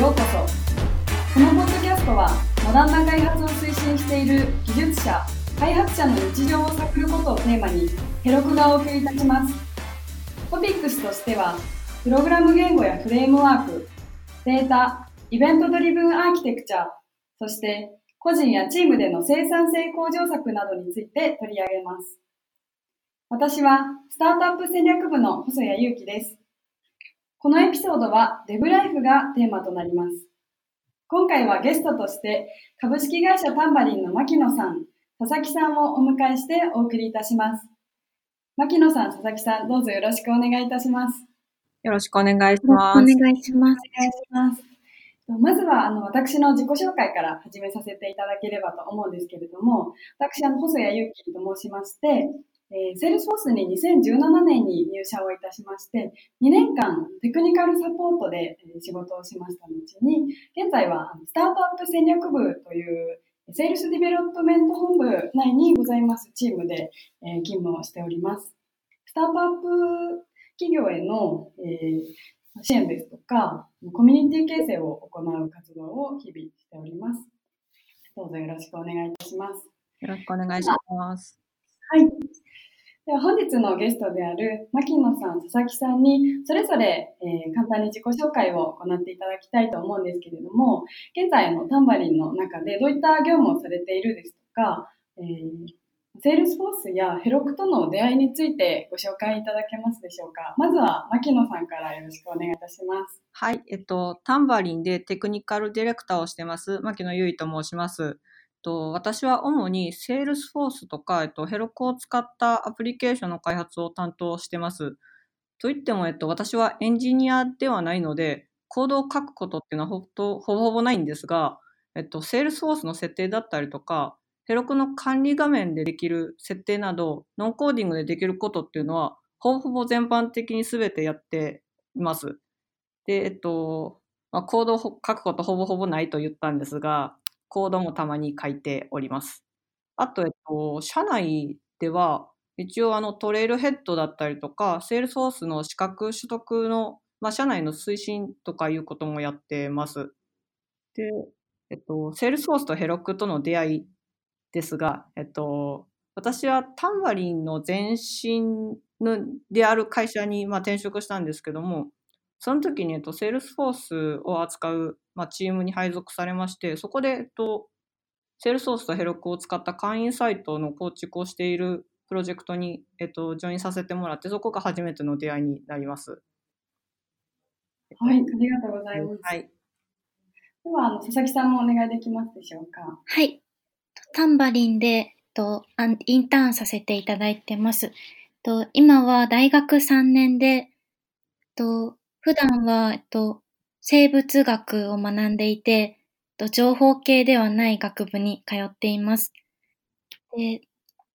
ようこそ。このポッドキャストはモダンな開発を推進している技術者、開発者の日常を探ることをテーマにヘロクがお送りいたします。トピックスとしてはプログラム言語やフレームワーク、データ、イベントドリブンアーキテクチャ、そして個人やチームでの生産性向上策などについて取り上げます。私はスタートアップ戦略部の細谷祐樹です。このエピソードはデブライフがテーマとなります。今回はゲストとして株式会社タンバリンの牧野さん、佐々木さんをお迎えしてお送りいたします。牧野さん、佐々木さん、どうぞよろしくお願いいたします。 よろしくお願いします。 お願いします。 まずは私の自己紹介から始めさせていただければと思うんですけれども、私細谷祐樹と申しまして、セールスフォースに2017年に入社をいたしまして、2年間テクニカルサポートで仕事をしました後に、現在はスタートアップ戦略部というセールスディベロップメント本部内にございますチームで勤務をしております。スタートアップ企業への支援ですとか、コミュニティ形成を行う活動を日々しております。どうぞよろしくお願いいたします。 よろしくお願いします。 はい。では本日のゲストである牧野さん、佐々木さんにそれぞれ、簡単に自己紹介を行っていただきたいと思うんですけれども、現在タンバリンの中でどういった業務をされているですとか、セールスフォースやヘロクとの出会いについてご紹介いただけますでしょうか。まずは牧野さんからよろしくお願いいたします。 はい、タンバリンでテクニカルディレクターをしてます牧野結衣と申します。私は主にセールスフォースとか、ヘロクを使ったアプリケーションの開発を担当してます。といっても、私はエンジニアではないので、コードを書くことっていうのはほぼほぼないんですが、セールスフォースの設定だったりとか、ヘロクの管理画面でできる設定など、ノンコーディングでできることっていうのは、ほぼほぼ全般的に全てやっています。で、コードを書くことほぼほぼないと言ったんですが、コードもたまに書いております。あと、社内では、一応トレイルヘッドだったりとか、セールスフォースの資格取得の、社内の推進とかいうこともやってます。で、セールスフォースとヘロクとの出会いですが、私はタンバリンの前身である会社に、転職したんですけども、その時に、セールスフォースを扱う、チームに配属されまして、そこで、セールスフォースとヘロクを使った会員サイトの構築をしているプロジェクトに、ジョインさせてもらって、そこが初めての出会いになります。 はい、ありがとうございます。 はい。 では、佐々木さんもお願いできますでしょうか。 はい。タンバリンで、インターンさせていただいてます。今は大学3年で、普段は、生物学を学んでいて、情報系ではない学部に通っています。で、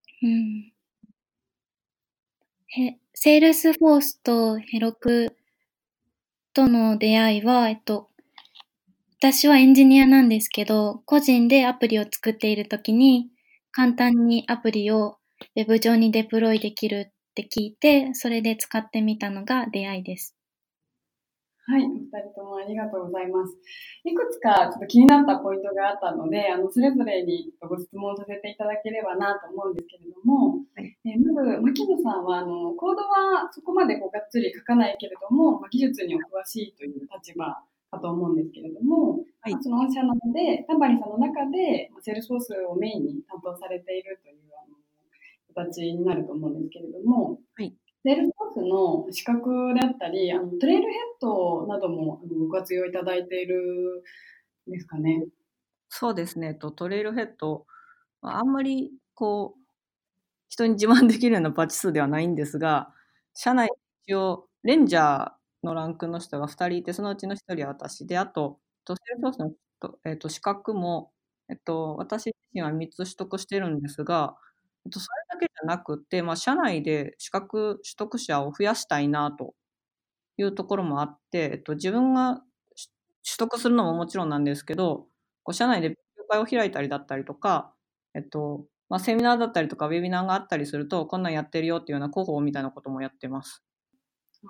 セールスフォースとヘロクとの出会いは、私はエンジニアなんですけど、個人でアプリを作っているときに、簡単にアプリをウェブ上にデプロイできるって聞いて、それで使ってみたのが出会いです。 はい、お二人ともありがとうございます。いくつかちょっと気になったポイントがあったので、それぞれにご質問させていただければなと思うんですけれども、 はい、 まず、牧野さんはコードはそこまでがっつり書かないけれども、技術にお詳しいという立場かと思うんですけれども、 はい、 その御社なので、タンバリンさんの中でセールスフォースをメインに担当されているという形になると思うんですけれども、 はい、 セールスフォースの資格であったり、トレイルヘッドなどもご活用いただいているんですかね。 そうですね。トレイルヘッド、あんまり人に自慢できるようなバチ数ではないんですが、社内一応レンジャーのランクの人が2人いて、そのうちの1人は私で、あと、セールスフォースの、資格も、私自身は3つ取得してるんですが、それだけじゃなくて、社内で資格取得者を増やしたいなというところもあって、自分が取得するのももちろんなんですけど、社内で勉強会を開いたりだったりとか、セミナーだったりとかウェビナーがあったりすると、こんなんやってるよっていうような広報みたいなこともやってます。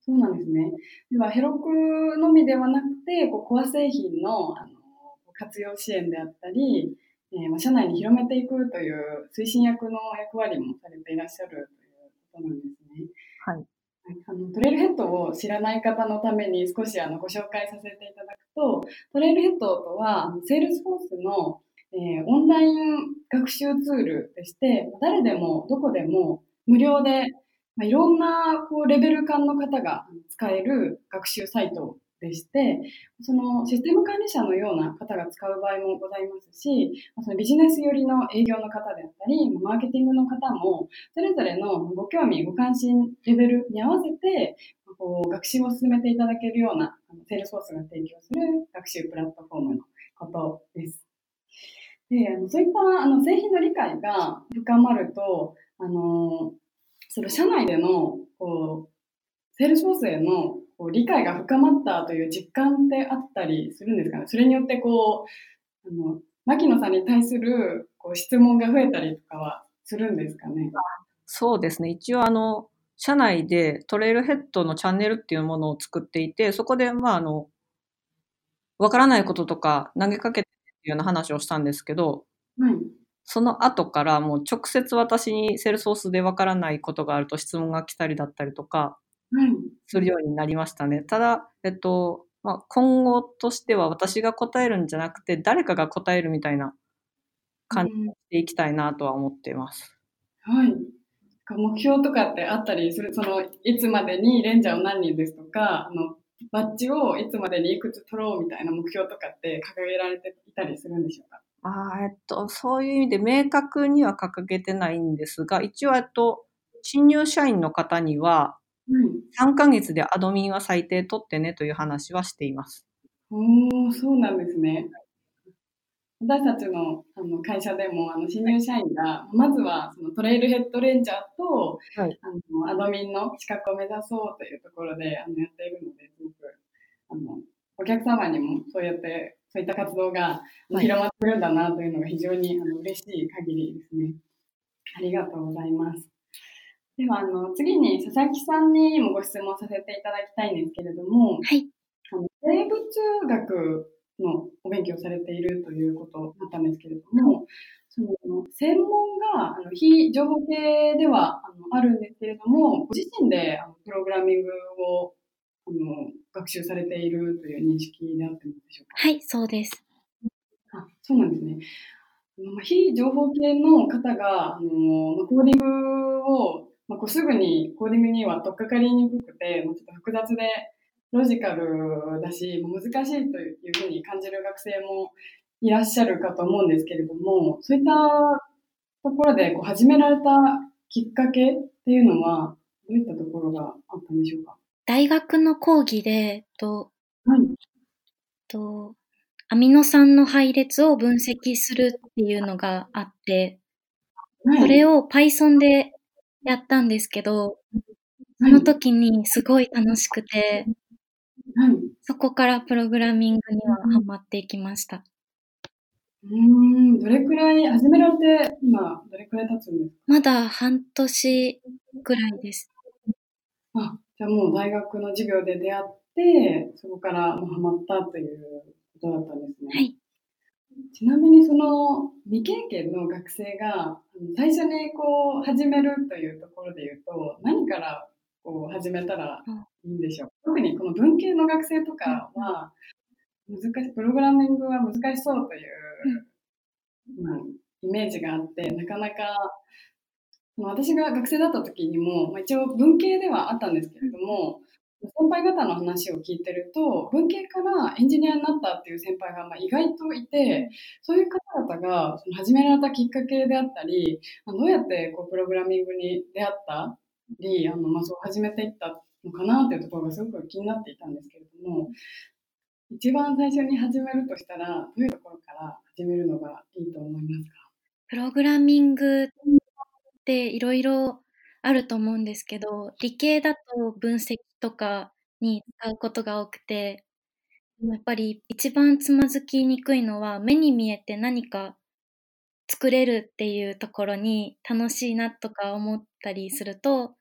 そうなんですね。では、ヘロクのみではなくて、コア製品の活用支援であったり、社内に広めていくという推進役の役割もされていらっしゃるということなんですね。 はい。 トレイルヘッドを知らない方のために少しご紹介させていただくと、トレイルヘッドとは、セールスフォースの、オンライン学習ツールでして、誰でもどこでも無料で、いろんなレベル感の方が使える学習サイトでして、そのシステム管理者のような方が使う場合もございますし、そのビジネス寄りの営業の方であったり、マーケティングの方も、それぞれのご興味、ご関心レベルに合わせて、学習を進めていただけるような、セールスフォースが提供する学習プラットフォームのことです。で、そういった製品の理解が深まると、その社内でのセールスフォースへの理解が深まったという実感ってあったりするんですかね。それによって牧野さんに対する質問が増えたりとかはするんですかね。 そうですね。一応社内でトレイルヘッドのチャンネルっていうものを作っていて、そこで、わからないこととか投げかけてっていうような話をしたんですけど、 はい。 その後からもう直接私にセールスフォースでわからないことがあると質問が来たりだったりとかはい。 するようになりましたね。ただ、今後としては私が答えるんじゃなくて誰かが答えるみたいな感じにしていきたいなとは思っています。 はい。目標とかってあったりする、いつまでにレンジャーを何人ですとか、バッジをいつまでにいくつ取ろうみたいな目標とかって掲げられていたりするんでしょうか？ そういう意味で明確には掲げてないんですが、一応、新入社員の方には、3ヶ月でアドミンは最低取ってねという話はしています。 そうなんですね。私たちの会社でも新入社員がまずはそのトレイルヘッドレンジャーとはい。 アドミンの資格を目指そうというところでやっているので、すごくお客様にもそういった活動が広まってるんだなというのが非常に嬉しい限りですね。ありがとうございます。では次に佐々木さんにもご質問させていただきたいんですけれども、 はい。 生物学のお勉強されているということだったんですけれども、その専門が非情報系ではあるんですけれども、ご自身でプログラミングを学習されているという認識であってますでしょうか？ はい、そうです。 そうなんですね。非情報系の方がコーディングを、すぐにコーディングには取っかかりにくくて、ちょっと複雑でロジカルだし、難しいというふうに感じる学生もいらっしゃるかと思うんですけれども、そういったところで始められたきっかけっていうのは、どういったところがあったんでしょうか？ 大学の講義で、 はい。 アミノ酸の配列を分析するっていうのがあって、それを Python でやったんですけど、その時にすごい楽しくて、そこからプログラミングにはハマっていきました。 どれくらい、始められて、今、どれくらい経つんですか？ まだ半年くらいです。 じゃあもう大学の授業で出会って、そこからハマったということだったんですね。 はい。 ちなみに未経験の学生が最初に始めるというところで言うと、何から始めたらいいんでしょう？特にこの文系の学生とかは、プログラミングは難しそうという、イメージがあって、なかなか、私が学生だった時にも、一応文系ではあったんですけれども、先輩方の話を聞いてると、文系からエンジニアになったっていう先輩が意外といて、そういう方々が始められたきっかけであったり、どうやってプログラミングに出会ったり、そう始めていったのかなというところがすごく気になっていたんですけれども、一番最初に始めるとしたら、どういうところから始めるのがいいと思いますか？ プログラミングっていろいろあると思うんですけど、理系だと分析とかに使うことが多くて、やっぱり一番つまずきにくいのは、目に見えて何か作れるっていうところに楽しいなとか思ったりすると、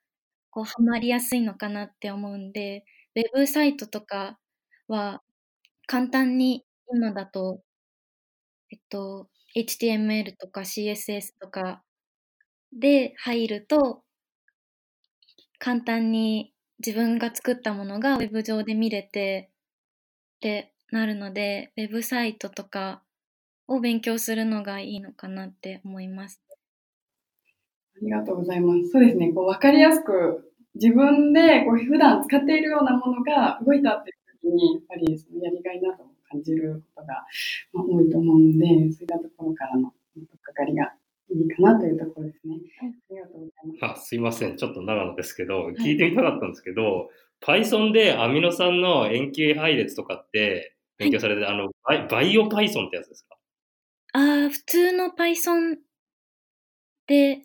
こうハマりやすいのかなって思うんで、ウェブサイトとかは簡単に今だと、HTML とか CSS とかで入ると、簡単に自分が作ったものがウェブ上で見れてってなるので、ウェブサイトとかを勉強するのがいいのかなって思います。 ありがとうございます。そうですね、こう分かりやすく自分でこう普段使っているようなものが動いたっていう時に、やっぱりそのやりがいなどを感じることが多いと思うので、そういったところからのかかりがいいかなというところですね。ありがとうございます。 すいません。ちょっと長野ですけど、聞いてみたかったんですけど、Python でアミノ酸の塩基配列とかって勉強されて、バイオ Python ってやつですか？ 普通の Python で、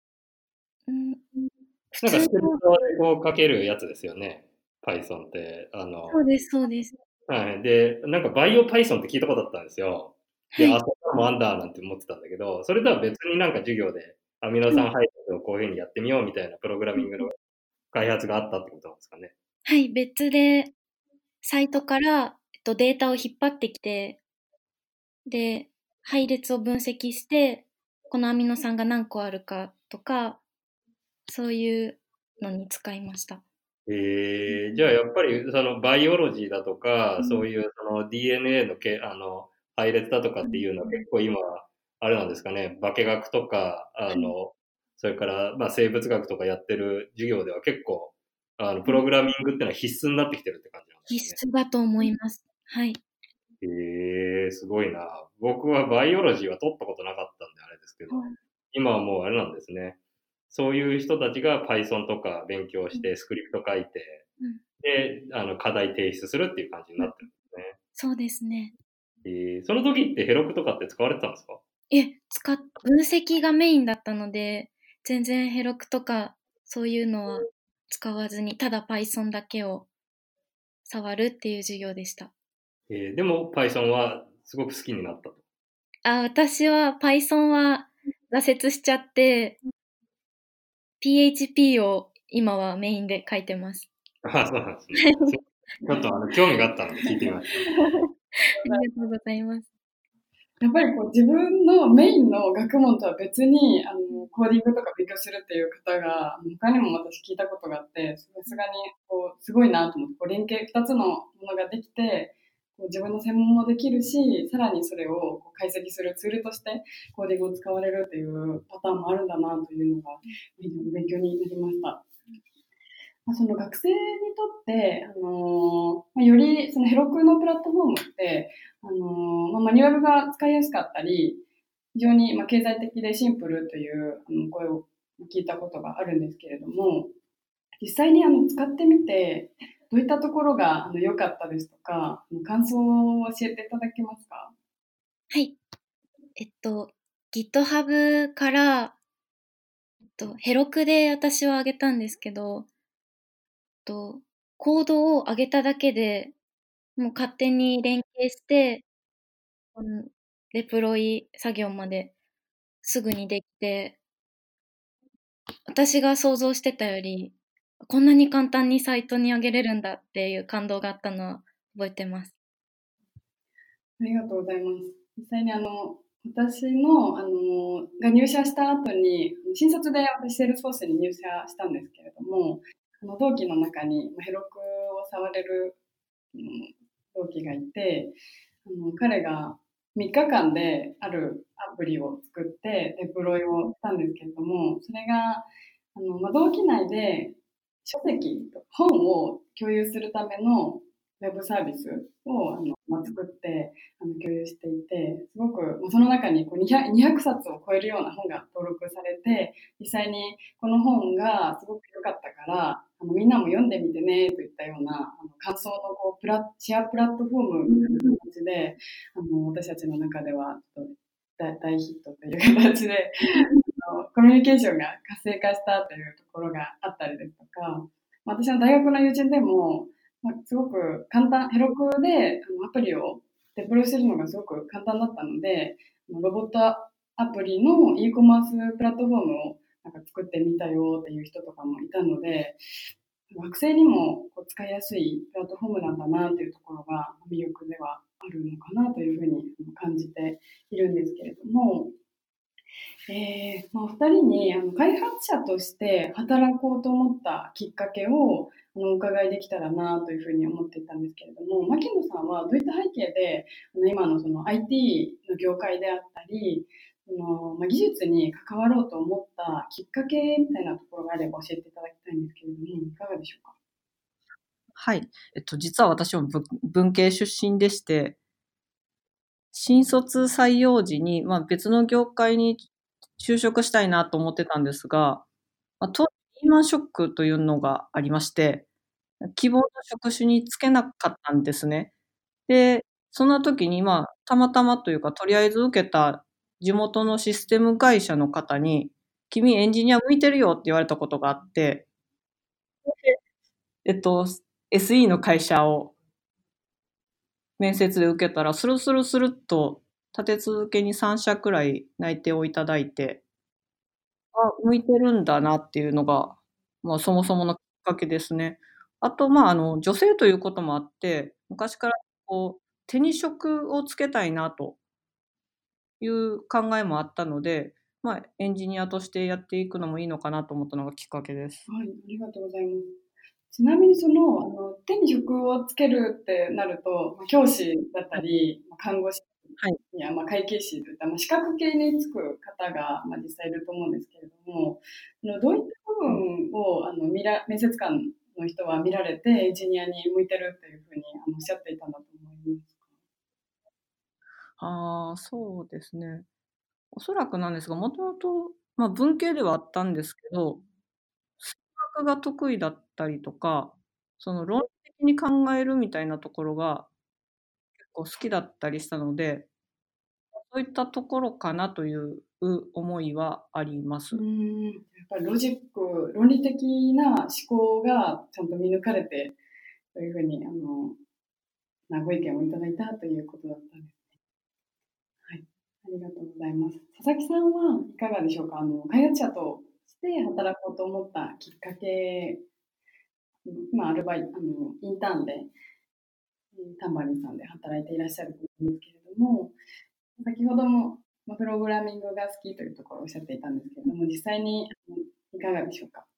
普なんか通の、 スクリプトでこう書けるやつですよね。Python って。 そうです、そうです。 はい。で、なんかバイオ Python って聞いたことあったんですよ。で、 はい。 そんなのもあんだなんて思ってたんだけど、それとは別になんか授業でアミノ酸配列をこういう風にやってみようみたいなプログラミングの開発があったってことなんですかね。 はい、別でサイトから、データを引っ張ってきて、で、配列を分析して、このアミノ酸が何個あるかとか、そういうのに使いました。 じゃあやっぱりそのバイオロジーだとか、そういうその DNA の配列だとかっていうのは結構今、あれなんですかね、化学とか、それからまあ生物学とかやってる授業では結構、プログラミングってのは必須になってきてるって感じなんですね。 必須だと思います。はい。 すごいな。僕はバイオロジーは取ったことなかったんであれですけど、今はもうあれなんですね。そういう人たちが Python とか勉強してスクリプト書いて、で、課題提出するっていう感じになってるんですね。 そうですね。 その時ってヘロクとかって使われてたんですか？ 分析がメインだったので、全然ヘロクとかそういうのは使わずに、ただ Python だけを触るっていう授業でした。 でも Python はすごく好きになったと。 私は Python は挫折しちゃって、PHP を今はメインで書いてます。 そうなんですね。ちょっと興味があったので聞いてみました。 ありがとうございます。 やっぱりこう自分のメインの学問とは別にコーディングとか勉強するっていう方が他にも私聞いたことがあって、さすがにこうすごいなと思って、こう連携2つのものができて、こう自分の専門もできるし、さらにそれをこう解析するツールとしてコーディングを使われるっていうパターンもあるんだなというのが非常に勉強になりました。その学生にとって、よりそのヘロクのプラットフォームって、マニュアルが使いやすかったり、非常に経済的でシンプルという声を聞いたことがあるんですけれども、実際に使ってみて、どういったところが良かったですとか、感想を教えていただけますか？ はい。GitHub から、ヘロクで私は上げたんですけど、コードを上げただけで、もう勝手に連携して、デプロイ作業まですぐにできて、私が想像してたより、こんなに簡単にサイトに上げれるんだっていう感動があったのは覚えてます。 ありがとうございます。実際に私の、が入社した後に、新卒で私、セールスフォースに入社したんですけれども、同期の中にヘロクを触れる、同期がいて、彼が3日間であるアプリを作ってデプロイをしたんですけれども、それが、同期内で書籍、本を共有するためのウェブサービスを作って共有していて、すごくその中にこう200冊を超えるような本が登録されて、実際にこの本がすごく良かったからみんなも読んでみてねといったような感想のこうシェアプラットフォームみたいな形で私たちの中ではちょっと大ヒットという形でコミュニケーションが活性化したというところがあったりですとか、私の大学の友人でもすごく簡単、ヘロクでアプリをデプロイするのがすごく簡単だったので、ロボットアプリの e コマースプラットフォームをか作ってみたよっていう人とかもいたので、学生にもこう使いやすいプラットフォームなんだなというところが魅力ではあるのかなというふうに感じているんですけれども、お二人に開発者として働こうと思ったきっかけをお伺いできたらなというふうに思っていたんですけれども、牧野さんはどういった背景で今のその IT の業界であったり、技術に関わろうと思ったきっかけみたいなところがあれば教えていただきたいんですけれども、いかがでしょうか。 はい。実は私も文系出身でして、新卒採用時に、別の業界に就職したいなと思ってたんですが、当時リーマンショックというのがありまして、希望の職種に就けなかったんですね。で、そんな時に、たまたまというか、とりあえず受けた地元のシステム会社の方に、君エンジニア向いてるよって言われたことがあって、でSE の会社を面接で受けたら、スルスルスルっと立て続けに3社くらい内定をいただいて、向いてるんだなっていうのが、そもそものきっかけですね。あと、女性ということもあって、昔から手に職をつけたいなという考えもあったので、エンジニアとしてやっていくのもいいのかなと思ったのがきっかけです。 はい、ありがとうございます。ちなみに手に職をつけるってなると、教師だったり、看護師はい。 や、会計士といった、資格系に就く方が、実際いると思うんですけれども、どういった部分を面接官の人は見られて、エンジニアに向いてるっていうふうにおっしゃっていたんだと思いますか？ そうですね。おそらくなんですが、もともと、文系ではあったんですけど、数学が得意だったりとか、その論理的に考えるみたいなところが結構好きだったりしたので、そういったところかなという思いはありまやす。 っぱり論理的な思考がちゃんと見抜かれて、というふうに、ご意見をいただいたということだったんです。はい。ありがとうございます。佐々木さんはいかがでしょうか。開発者として働こうと思ったきっかけ、今、インターンで、タンバリンさんで働いていらっしゃると思うんですけれども、先ほども、プログラミングが好きというところをおっしゃっていたんですけれども、実際にいかがでしょうか。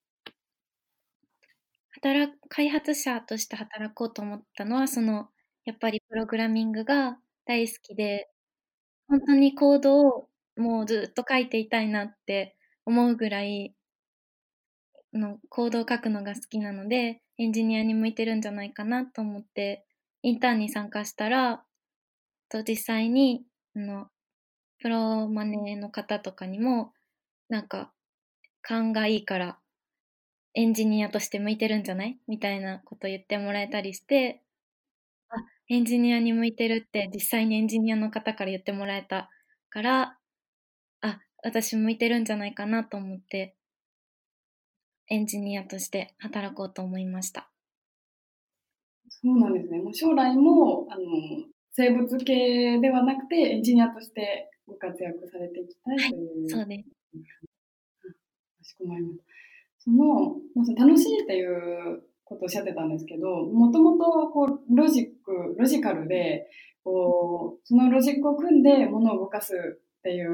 開発者として働こうと思ったのは、やっぱりプログラミングが大好きで、本当にコードをもうずっと書いていたいなって思うぐらいコードを書くのが好きなので、エンジニアに向いてるんじゃないかなと思って、インターンに参加したら、実際に、プロマネの方とかにも、勘がいいから、エンジニアとして向いてるんじゃないみたいなこと言ってもらえたりして、エンジニアに向いてるって実際にエンジニアの方から言ってもらえたから、私向いてるんじゃないかなと思って、エンジニアとして働こうと思いました。 そうなんですね。もう将来も、生物系ではなくて、エンジニアとしてご活躍されていきたいという。 そうです。 かしこまりました。その楽しいっていうことをおっしゃってたんですけど、もともとロジカルで、そのロジックを組んで物を動かすっていう、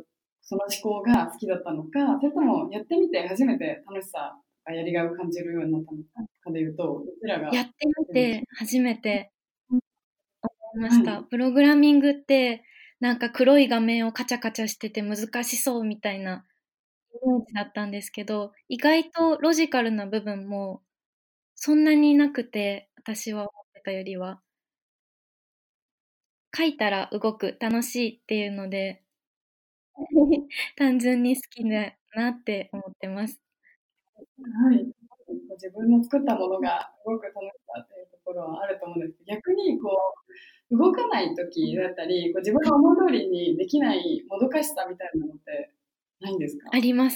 その思考が好きだったのか、それともやってみて初めて楽しさがやりがいを感じるようになったのかでいうと、どちらが。 やってみて初めて思いました。プログラミングって黒い画面をカチャカチャしてて難しそうみたいなイメージだったんですけど、意外とロジカルな部分もそんなになくて、私は思ってたよりは。書いたら動く、楽しいっていうので、単純に好きだなって思ってます。 はい。自分の作ったものがすごく楽しさっていうところはあると思うんですけど、逆に動かない時だったり、自分の思い通りにできないもどかしさみたいなのってないんですか？ あります。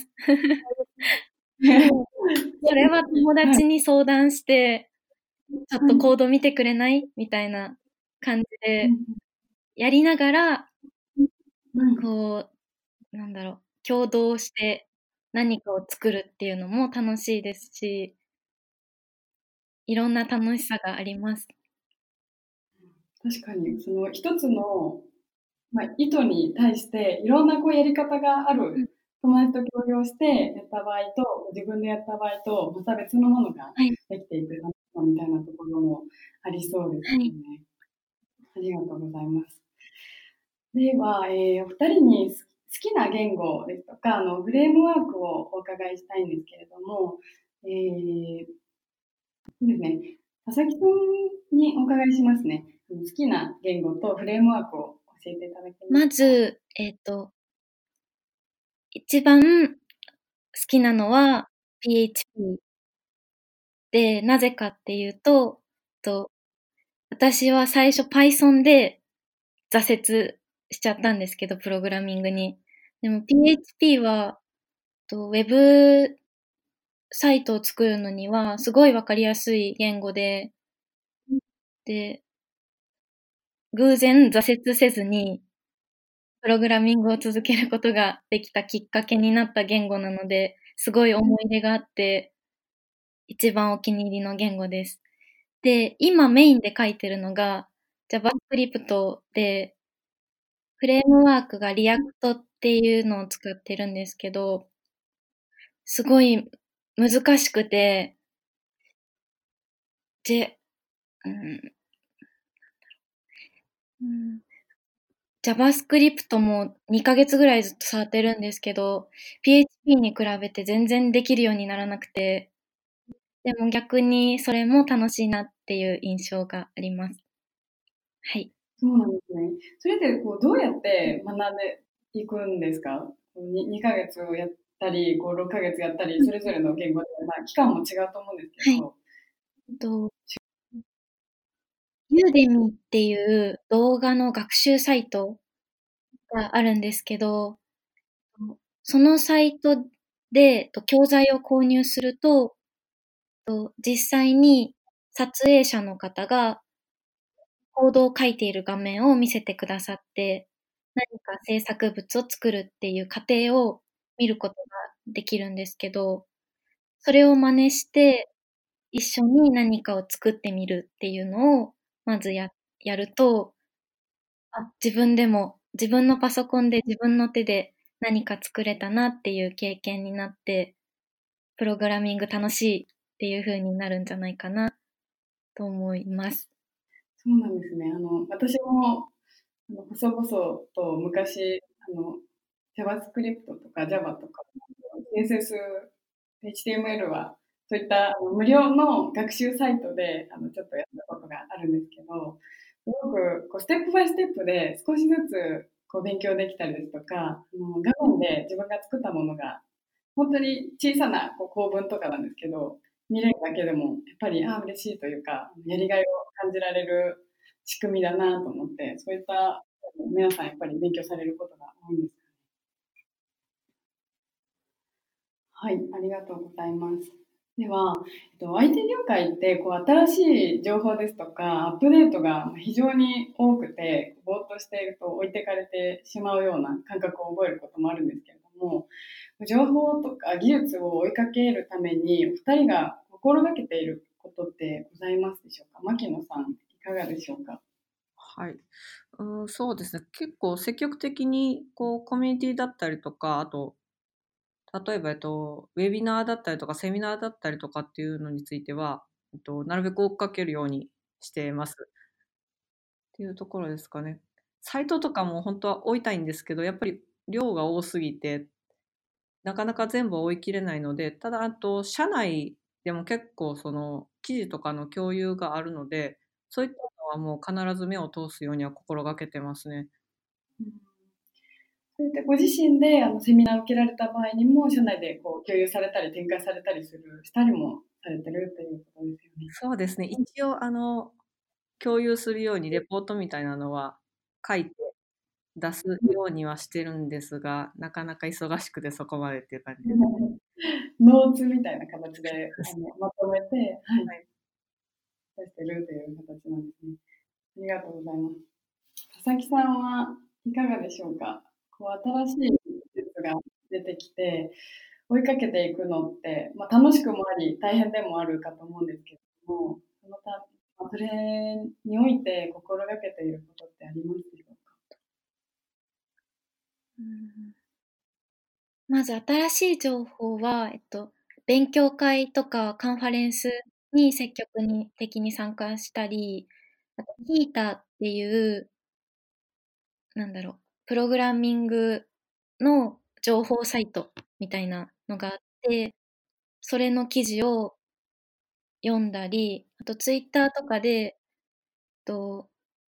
それは友達に相談して、ちょっとコード見てくれないみたいな感じで、やりながら、共同して何かを作るっていうのも楽しいですし、いろんな楽しさがあります。 確かに、その一つの、意図に対していろんなやり方がある友達と共有してやった場合と、自分でやった場合と、また別のものがはい。 できていく楽しさみたいなところもありそうですはい。 よね。ありがとうございます。では、お二人に好きな言語ですとか、フレームワークをお伺いしたいんですけれども、そうですね。佐々木さんにお伺いしますね。好きな言語とフレームワークを教えていただけますか？ まず、一番好きなのは PHP で、なぜかっていうと、私は最初 Python で挫折しちゃったんですけど、プログラミングに。でも PHP は、ウェブサイトを作るのにはすごいわかりやすい言語で、偶然挫折せずに、プログラミングを続けることができたきっかけになった言語なので、すごい思い出があって、一番お気に入りの言語です。で、今メインで書いてるのが JavaScript で、フレームワークが React っていうのを使ってるんですけど、すごい難しくて、うん、JavaScript も2ヶ月ぐらいずっと触ってるんですけど、PHP に比べて全然できるようにならなくて、でも逆にそれも楽しいなっていう印象があります。はい。 そうなんですね。それでどうやって学んでいくんですか？2ヶ月をやったり、6ヶ月やったり、それぞれの言語で、期間も違うと思うんですけはい。 ど。 ユーデミーっていう動画の学習サイトがあるんですけど、そのサイトで教材を購入すると、実際に撮影者の方がコードを書いている画面を見せてくださって、何か制作物を作るっていう過程を見ることができるんですけど、それを真似して一緒に何かを作ってみるっていうのをまずやると、自分でも自分のパソコンで自分の手で何か作れたなっていう経験になって、プログラミング楽しいっていう風になるんじゃないかなと思います。 そうなんですね。私も、細々と昔、JavaScript とか Java とか、CSS、HTML は、そういった無料の学習サイトで、ちょっとやったことがあるんですけど、すごくステップバイステップで少しずつ勉強できたりですとか、画面で自分が作ったものが、本当に小さな構文とかなんですけど、見れるだけでも、やっぱり、嬉しいというか、やりがいを感じられる仕組みだなと思って、そういった皆さんやっぱり勉強されることが多いんですかね。はい、ありがとうございます。では、IT 業界って新しい情報ですとか、アップデートが非常に多くて、ぼーっとしていると置いてかれてしまうような感覚を覚えることもあるんですけれども、情報とか技術を追いかけるために、お二人が心がけていることってございますでしょうか？牧野さん、いかがでしょうか？ はい。そうですね。結構積極的に、コミュニティだったりとか、あと、例えば、ウェビナーだったりとか、セミナーだったりとかっていうのについては、なるべく追っかけるようにしてます。っていうところですかね。サイトとかも本当は追いたいんですけど、やっぱり量が多すぎて、なかなか全部追い切れないので、ただ、社内でも結構その記事とかの共有があるので、そういったのはもう必ず目を通すようには心がけてますね。 うん、そうやってご自身でセミナーを受けられた場合にも、社内で共有されたり展開されたりしたりもされてるっていうことですよね。 そうですね。一応、共有するようにレポートみたいなのは書いて出すようにはしてるんですが、なかなか忙しくてそこまでっていう感じです。 ノーツみたいな形でまとめて、はい、 はい。 出してるという形なんですね。ありがとうございます。佐々木さんはいかがでしょうか？新しい技術が出てきて、 追いかけていくのって、楽しくもあり、大変でもあるかと思うんですけれども、それにおいて心がけていることってありますでしょうか？ まず新しい情報は、勉強会とかカンファレンスに積極的に参加したり、あとヒーターっていう、プログラミングの情報サイトみたいなのがあって、それの記事を読んだり、あとツイッターとかで、と、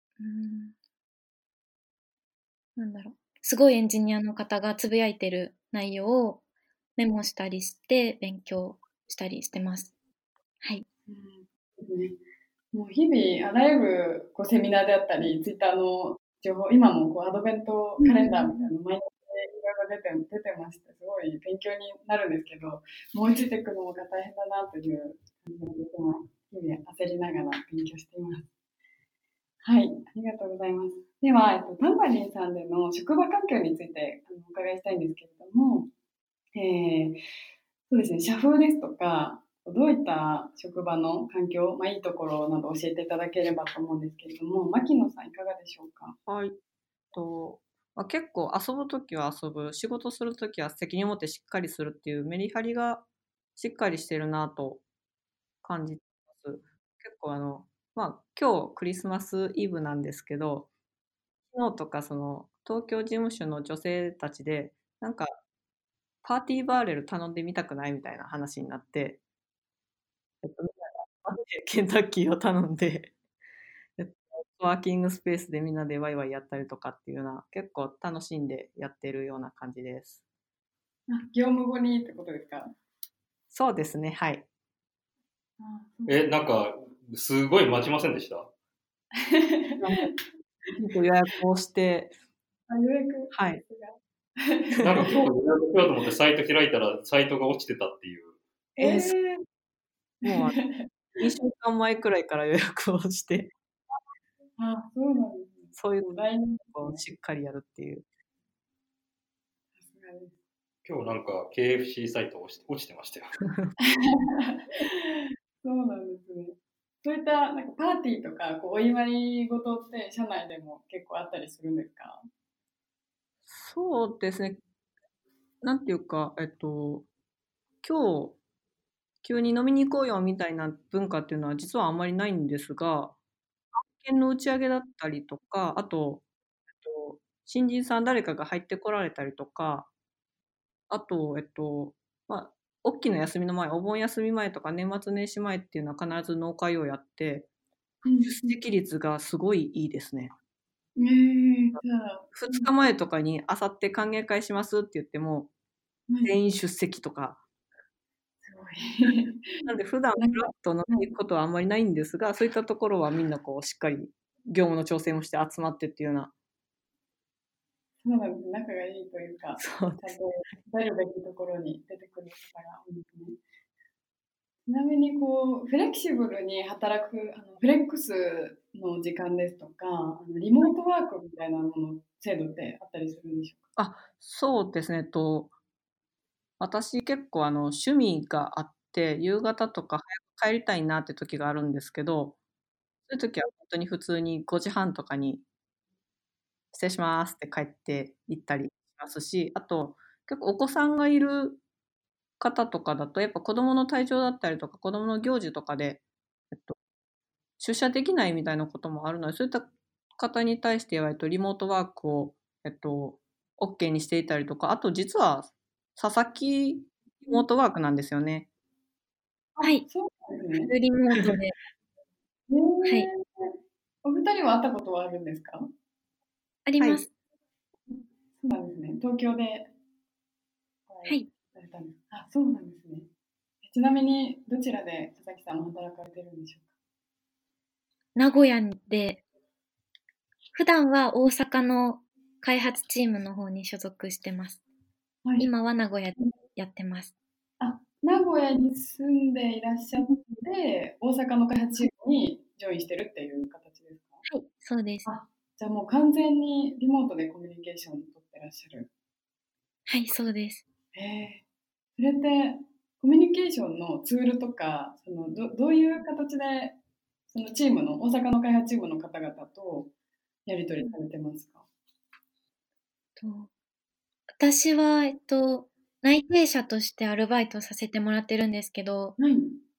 すごいエンジニアの方がつぶやいてる内容をメモしたりして勉強したりしてます。はい。 もう日々あらゆるセミナーであったり、ツイッターの情報、今もアドベントカレンダーみたいなの毎日いろいろ出てまして、すごい勉強になるんですけど、もう一ていくのが大変だなという感じで、日々焦りながら勉強しています。はい、ありがとうございます。では、タンバリンさんでの職場環境についてお伺いしたいんですけれども、そうですね、社風ですとか、どういった職場の環境、いいところなど教えていただければと思うんですけれども、牧野さんいかがでしょうか？ はい。結構遊ぶときは遊ぶ、仕事するときは責任を持ってしっかりするっていうメリハリがしっかりしてるなと感じてます。結構今日クリスマスイブなんですけど、昨日とか東京事務所の女性たちで、なんかパーティーバーレル頼んでみたくないみたいな話になって、みんなでケンタッキーを頼んで、ワーキングスペースでみんなでワイワイやったりとかっていうのは結構楽しんでやってるような感じです。 業務後にってことですか？ そうですね、はい。 なんか、すごい待ちませんでした？ 予約をして、 予約はい。 なんか今日予約しようと思ってサイト開いたら、サイトが落ちてたっていう。 もう2週間前くらいから予約をして、 そうなんですね。 そういうのをしっかりやるっていう。 今日なんか KFC サイト落ちてましたよ。 そうなんですね。そういったパーティーとかお祝い事って社内でも結構あったりするんですか？ そうですね。なんていうか、今日急に飲みに行こうよみたいな文化っていうのは実はあんまりないんですが、案件の打ち上げだったりとか、あと、新人さん誰かが入ってこられたりとか、あと、大きな休みの前、お盆休み前とか年末年始前っていうのは必ず納会をやって、出席率がすごいいいですね。 じゃあ、 2日前とかにあさって歓迎会しますって言っても、全員出席とか。 すごい。 なんで普段フラッと飲みに行くことはあんまりないんですが、そういったところはみんなしっかり業務の調整もして集まってっていうような。 そうなんです。仲がいいというか、 そうちゃんと出るべきところに出てくる方が多いですね。ちなみにフレキシブルに働くフレックスの時間ですとか、リモートワークみたいなもの制度ってあったりするんでしょうか？ そうですね。私結構趣味があって、夕方とか早く帰りたいなって時があるんですけど、そういう時は本当に普通に5時半とかに失礼しますって帰って行ったりしますし、あと結構お子さんがいる方とかだと、やっぱ子供の体調だったりとか、子供の行事とかで、出社できないみたいなこともあるので、そういった方に対しては、リモートワークを、OK にしていたりとか、あと実は佐々木リモートワークなんですよね。 はい。 そうなんですね。 フルリモートで。はい。 お二人は会ったことはあるんですか？ あります。 そうなんですね。東京で。 はい。 そうなんですね。ちなみに、どちらで佐々木さんは働かれてるんでしょうか？ 名古屋で、普段は大阪の開発チームの方に所属してます。今は名古屋でやってます。 名古屋に住んでいらっしゃって、大阪の開発チームにジョインしてるっていう形ですか？ はい、そうです。 じゃあもう完全にリモートでコミュニケーションを取ってらっしゃる。 はい、そうです。 そそれってコミュニケーションのツールとか、どういう形でそのチームの大阪の開発チームの方々とやり取りされてますか？ 私は、内定者としてアルバイトさせてもらってるんですけど、 はい。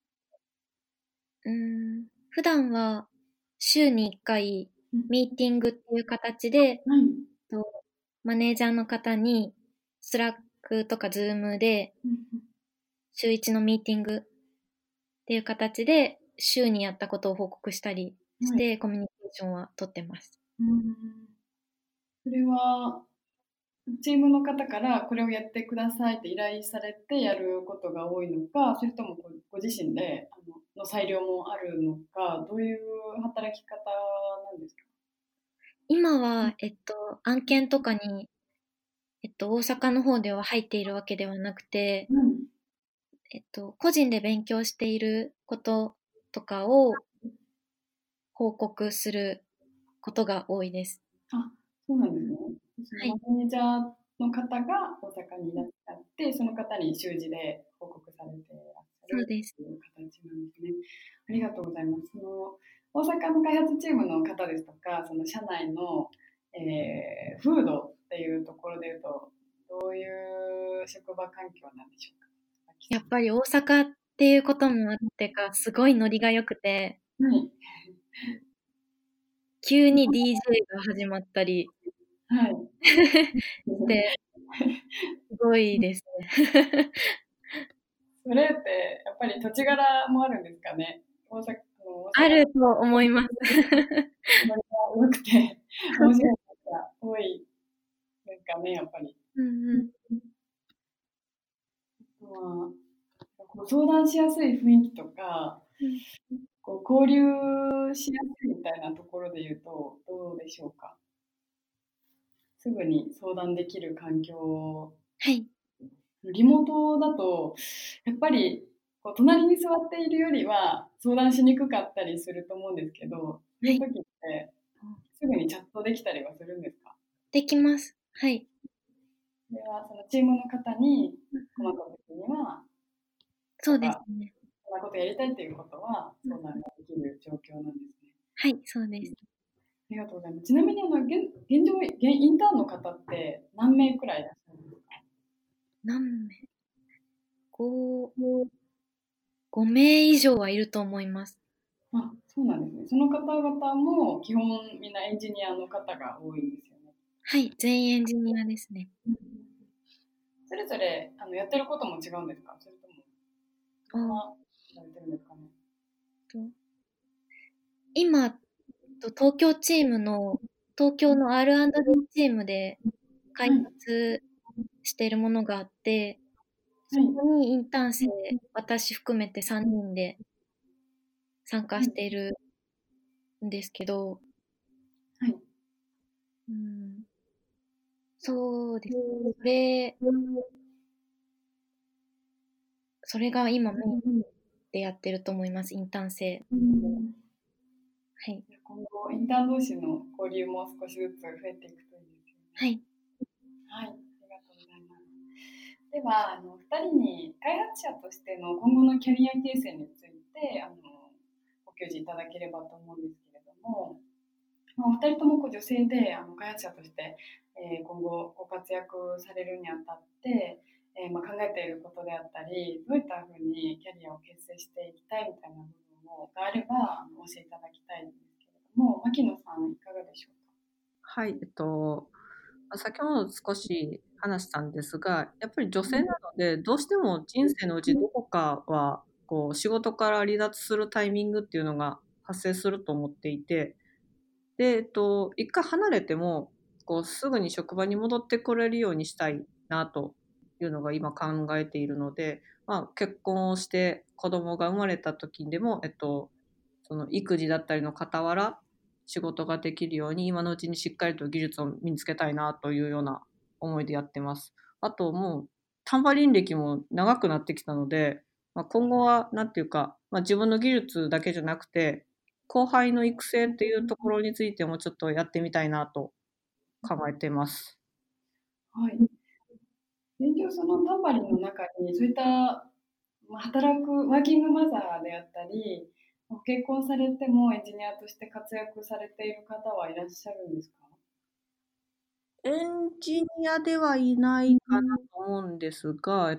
普段は週に1回うんミーティングっていう形で、 はい。 マネージャーの方にスラックとかズームで週1のミーティングっていう形で週にやったことを報告したりしてコミュニケーションは取ってます。 それはチームの方からこれをやってくださいって依頼されてやることが多いのか、それともご自身での裁量もあるのか、どういう働き方なんですか？ 今は、案件とかに、大阪の方では入っているわけではなくて、個人で勉強していることとかを報告することが多いです。 あ、そうなんですね。 はい。 マネージャーの方が大阪にいらっしゃって、その方に習字で報告されていらっしゃるそうです。 という形なんですね。ありがとうございます。大阪の開発チームの方ですとか、その社内の、風土っていうところでいうと、どういう職場環境なんでしょうか？ やっぱり大阪っていうこともあってか、すごいノリが良くて、 はい。 急に DJ が始まったりはい。 して、すごいですね。 それってやっぱり土地柄もあるんですかね。大阪あると思います。 が多くて面白いことが多いですかね、やっぱり。あとは相談しやすい雰囲気とか、交流しやすいみたいなところで言うとどうでしょうか？すぐに相談できる環境、 はい。 リモートだとやっぱり隣に座っているよりは相談しにくかったりすると思うんですけど、そういう時ってすぐにチャットできたりはするんですか？ できます。はい。 それはそのチームの方に困った時には、 そうですね。 こんなことやりたいっていうことは相談ができる状況なんですね。 はい、そうです。 ありがとうございます。ちなみにインターンの方って何名くらいいらっしゃるんですか？ 何名 5名以上はいると思います。 あ、そうなんですね。その方々も基本みんなエンジニアの方が多いんですよね。 はい、全員エンジニアですね。 それぞれやってることも違うんですか？それともどんなやってるんですかね？ 今、東京の R&D チームで開発しているものがあって、そこにインターン生、私含めて3人で参加しているんですけど、 はい。 そうですね。それが今メインでやってると思います、インターン生。はい。 今後、インターン同士の交流も少しずつ増えていくといいですよね。 はい。 はい、ありがとうございます。では、2人に開発者としての今後のキャリア形成についてご教示いただければと思うんですけれども、お二人とも女性で開発者として、今後ご活躍されるにあたって、考えていることであったり、どういったふうにキャリアを結成していきたいみたいな部分があれば教えていただきたいんですけれども、牧野さんいかがでしょうか？ はい、先ほど少し話したんですが、やっぱり女性なので、どうしても人生のうちどこかは、仕事から離脱するタイミングっていうのが発生すると思っていて、で、一回離れても、すぐに職場に戻ってこれるようにしたいなというのが今考えているので、結婚をして子供が生まれた時にでも、その育児だったりの傍ら、仕事ができるように今のうちにしっかりと技術を身につけたいなというような思いでやってます。あともうタンバリン歴も長くなってきたので、今後はなんていうか、自分の技術だけじゃなくて後輩の育成っていうところについてもちょっとやってみたいなと考えています。 はい。 現状そのタンバリンの中にそういった働くワーキングマザーであったり、ご結婚されてもエンジニアとして活躍されている方はいらっしゃるんですか？ エンジニアではいないかなと思うんですが、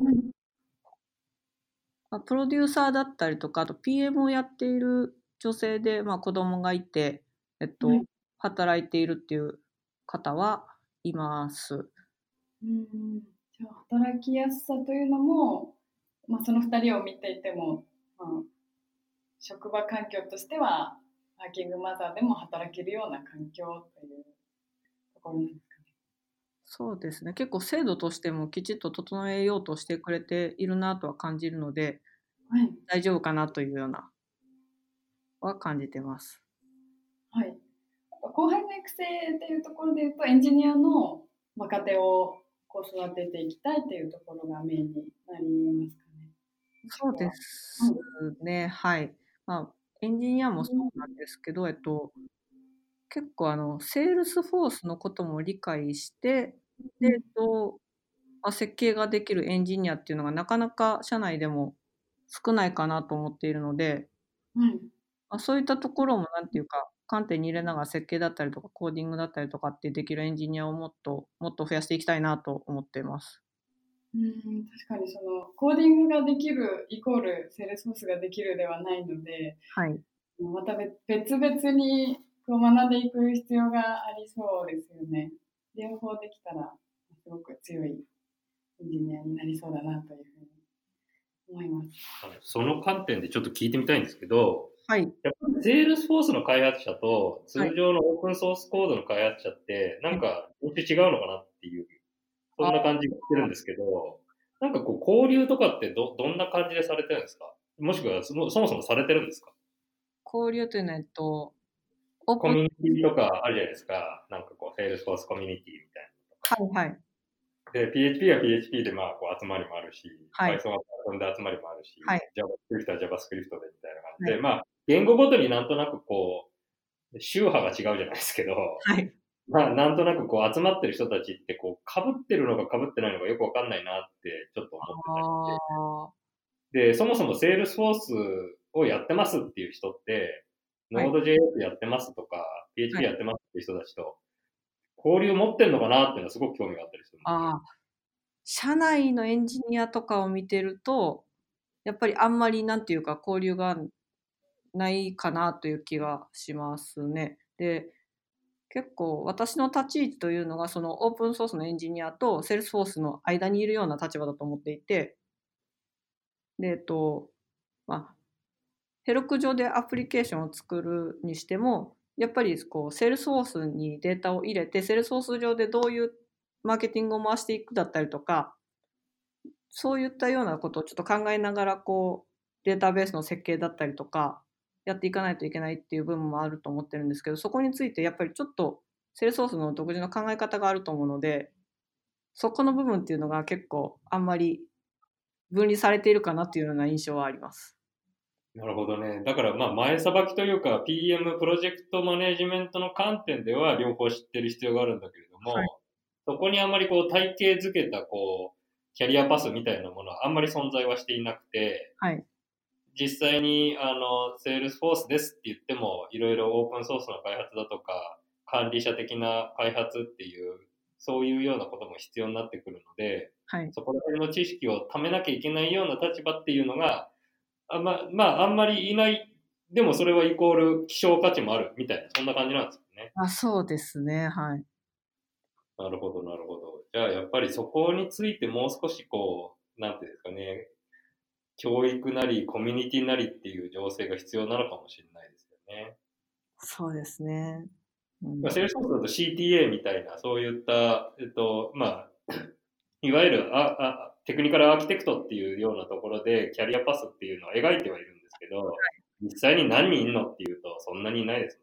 プロデューサーだったりとか、あと PM をやっている女性で、子供がいて、 はい。 働いているっていう方はいます。 じゃあ働きやすさというのも、その2人を見ていても、職場環境としてはワーキングマザーでも働けるような環境というところなんですかね。 そうですね。結構制度としてもきちっと整えようとしてくれているなとは感じるので、 はい。 大丈夫かなというようなは感じてます。 はい。後輩の育成っていうところでいうと、エンジニアの若手を育てていきたいっていうところがメインになりますかね。もしそうでくは、 すね。はい。エンジニアもそうなんですけど、結構セールスフォースのことも理解して、で、設計ができるエンジニアっていうのがなかなか社内でも少ないかなと思っているので、 はい。 そういったところもなんていうか、観点に入れながら設計だったりとかコーディングだったりとかってできるエンジニアをもっともっと増やしていきたいなと思っています。 確かにそのコーディングができるイコールセールスフォースができるではないので、 はい。 また別々に学んでいく必要がありそうですよね。両方できたらすごく強いエンジニアになりそうだなというふうに思います。 その観点でちょっと聞いてみたいんですけど、 はい。 やっぱりセールスフォースの開発者と通はい。 常のオープンソースコードの開発者って、なんか人種違うのかなっていう、そあんな感じがしてるんですけど、なんかこう交流とかってどんな感じでされてるんですか？もしくはそもそもされてるんですか？ 交流というのは、オープン、 コミュニティとかあるじゃないですか。なんかこう、セールスフォースコミュニティみたいはいはい。 な。で、PHP は PHP でこう集まりもあるし、 はい。 Python は Python で集まりもあるし、 はい。 JavaScript は JavaScript でみたいな感じで、 はい。 言語ごとになんとなくこう、宗派が違うじゃないですけど、 はい。 なんとなくこう集まってる人たちってこう、被ってるのか被ってないのかよくわかんないなってちょっと思ってたりして。 ああ。 で、そもそも Salesforce をやってますっていう人って、 はい。 Node.js やってますとか、 は PHP い。 やってますっていう人たちと交流持ってんのかなっていうのはすごく興味があったりするんですよ。 ああ。社内のエンジニアとかを見てると、やっぱりあんまりなんていうか交流がないかなという気がしますね。で、結構私の立ち位置というのがそのオープンソースのエンジニアとセールスフォースの間にいるような立場だと思っていて、で、まあ、ヘロク上でアプリケーションを作るにしても、やっぱりこうセールスフォースにデータを入れて、セールスフォース上でどういうマーケティングを回していくだったりとか、そういったようなことをちょっと考えながらこうデータベースの設計だったりとかやっていかないといけないっていう部分もあると思ってるんですけど、そこについてやっぱりちょっとセールスフォースの独自の考え方があると思うので、そこの部分っていうのが結構あんまり分離されているかなっていうような印象はあります。 なるほどね。だから前さばきというか PM プロジェクトマネジメントの観点では両方知ってる必要があるんだけれどはい。 も、そこにあんまりこう体系づけたこう、キャリアパスみたいなものはあんまり存在はしていなくて、 はい。 実際にセールスフォースですって言っても、いろいろオープンソースの開発だとか、管理者的な開発っていう、そういうようなことも必要になってくるので、 はい。 そこら辺の知識を貯めなきゃいけないような立場っていうのが、あんまりいない、でもそれはイコール希少価値もあるみたいな、そんな感じなんですよね。 そうですね。はい。 なるほど、なるほど。じゃあやっぱりそこについてもう少しこう、なんていうんですかね、教育なりコミュニティなりっていう情勢が必要なのかもしれないですよね。 そうですね。うん。 セールスフォースだと CTA みたいな、そういった、いわゆるテクニカルアーキテクトっていうようなところでキャリアパスっていうのを描いてはいるんですけど、実際に何人いるのっていうとそんなにいないです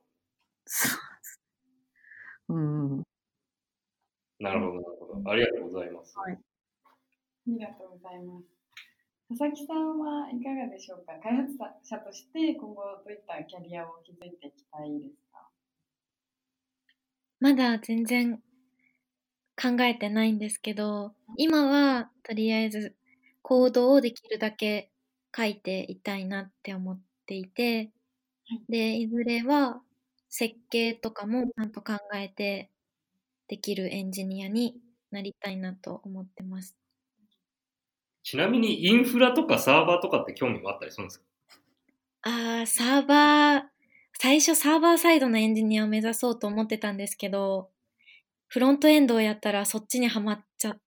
うん。 もん。なるほど、なるほど。ありがとうございます。 はい。 ありがとうございます。佐々木さんはいかがでしょうか？開発者として今後どういったキャリアを築いていきたいですか？ まだ全然考えてないんですけど、今はとりあえずコードをできるだけ書いていたいなって思っていて、で、いずれは設計とかもちゃんと考えてできるエンジニアになりたいなと思ってます。 ちなみにインフラとかサーバーとかって興味もあったりするんですか？ 最初サーバーサイドのエンジニアを目指そうと思ってたんですけど、フロントエンドをやったらそっちにはまっちゃって、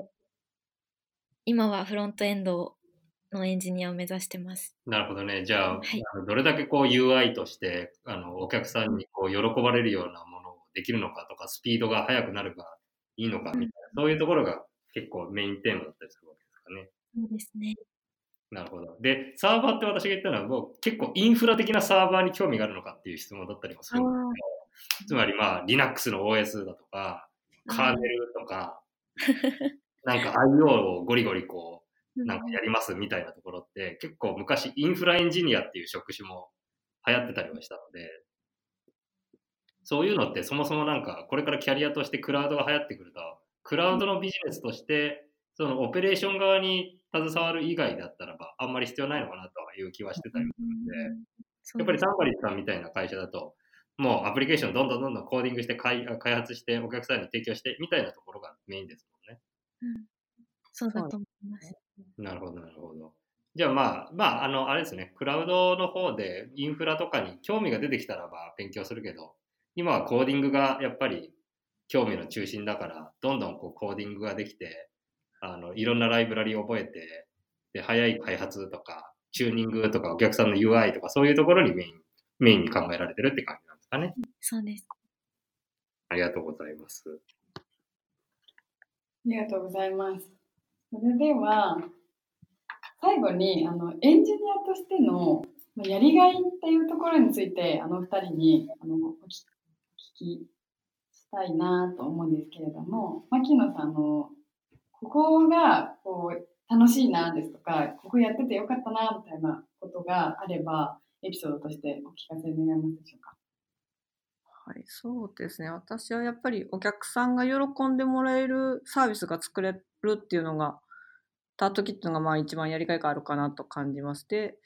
今はフロントエンドのエンジニアを目指してます。 なるほどね。じゃあ、 はい。 どれだけこう UI としてお客さんにこう喜ばれるようなものをできるのかとか、スピードが速くなるかいいのかみたいな、そういうところが結構メインテーマだったりするわけですかね。 そうですね。 なるほど。で、サーバーって私が言ったのはもう結構インフラ的なサーバーに興味があるのかっていう質問だったりもするんですけど、つまりまあ Linux の OS だとか、カーネルとか、なんか IO をゴリゴリこう、なんかやりますみたいなところって、結構昔インフラエンジニアっていう職種も流行ってたりはしたので、そういうのってそもそもなんかこれからキャリアとしてクラウドが流行ってくると、クラウドのビジネスとしてそのオペレーション側に携わる以外だったらばあんまり必要ないのかなという気はしてたりするので、やっぱりタンバリンさんみたいな会社だと、もうアプリケーションどんどんコーディングして開発してお客さんに提供してみたいなところがメインですもんね。 そうだと思います。 なるほど、なるほど。じゃああれですね、クラウドの方でインフラとかに興味が出てきたらば勉強するけど、今はコーディングがやっぱり興味の中心だから、どんどんこうコーディングができて、いろんなライブラリを覚えて、で、早い開発とか、チューニングとか、お客さんの UI とか、そういうところにメインに考えられてるって感じなんですかね。 そうです。 ありがとうございます。 ありがとうございます。それでは、最後にエンジニアとしてのやりがいっていうところについてお二人にお聞きしたいなと思うんですけれども、牧野さんここがこう楽しいなですとか、ここやっててよかったなみたいなことがあればエピソードとしてお聞かせ願えますでしょうか。 はい、そうですね。私はやっぱりお客さんが喜んでもらえるサービスが作れるっていうのがた時っていうのがまあ一番やりがいがあるかなと感じます。で、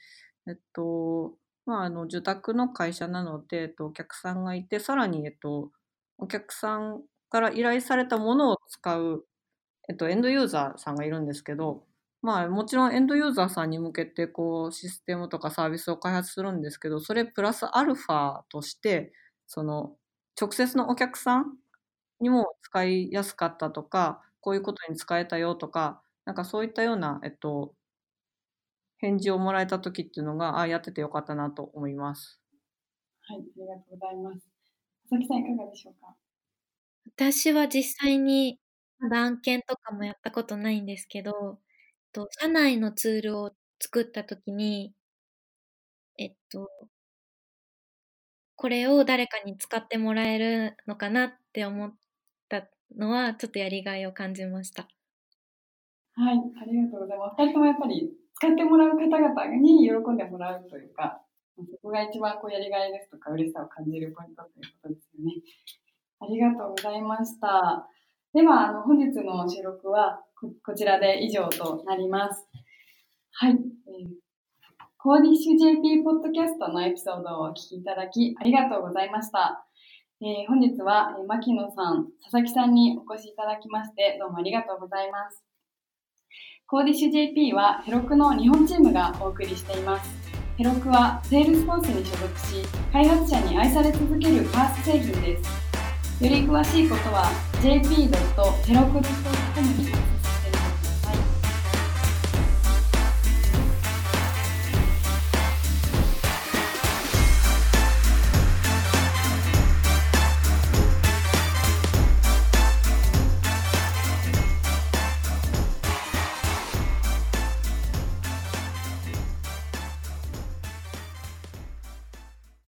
受託の会社なので、お客さんがいて、さらにお客さんから依頼されたものを使うエンドユーザーさんがいるんですけど、まあもちろんエンドユーザーさんに向けてこうシステムとかサービスを開発するんですけど、それプラスアルファとしてその直接のお客さんにも使いやすかったとか、こういうことに使えたよとか、なんかそういったような返事をもらえた時っていうのがやっててよかったなと思います。 はい、ありがとうございます。佐々木さんいかがでしょうか。 私は実際にまだ案件とかもやったことないんですけど、社内のツールを作ったときに、これを誰かに使ってもらえるのかなって思ったのは、ちょっとやりがいを感じました。 はい、ありがとうございます。2人ともやっぱり使ってもらう方々に喜んでもらうというか、そこが一番こうやりがいですとか嬉しさを感じるポイントということですよね。ありがとうございました。では本日の収録はこちらで以上となります。はい、コーディッシュ JP ポッドキャストのエピソードをお聞きいただきありがとうございました。本日は牧野さん、佐々木さんにお越しいただきましてどうもありがとうございます。コーディッシュ JP はヘロクの日本チームがお送りしています。ヘロクはセールスフォースに所属し、開発者に愛され続けるPaaS製品です。より詳しいことは jp.heroku.com に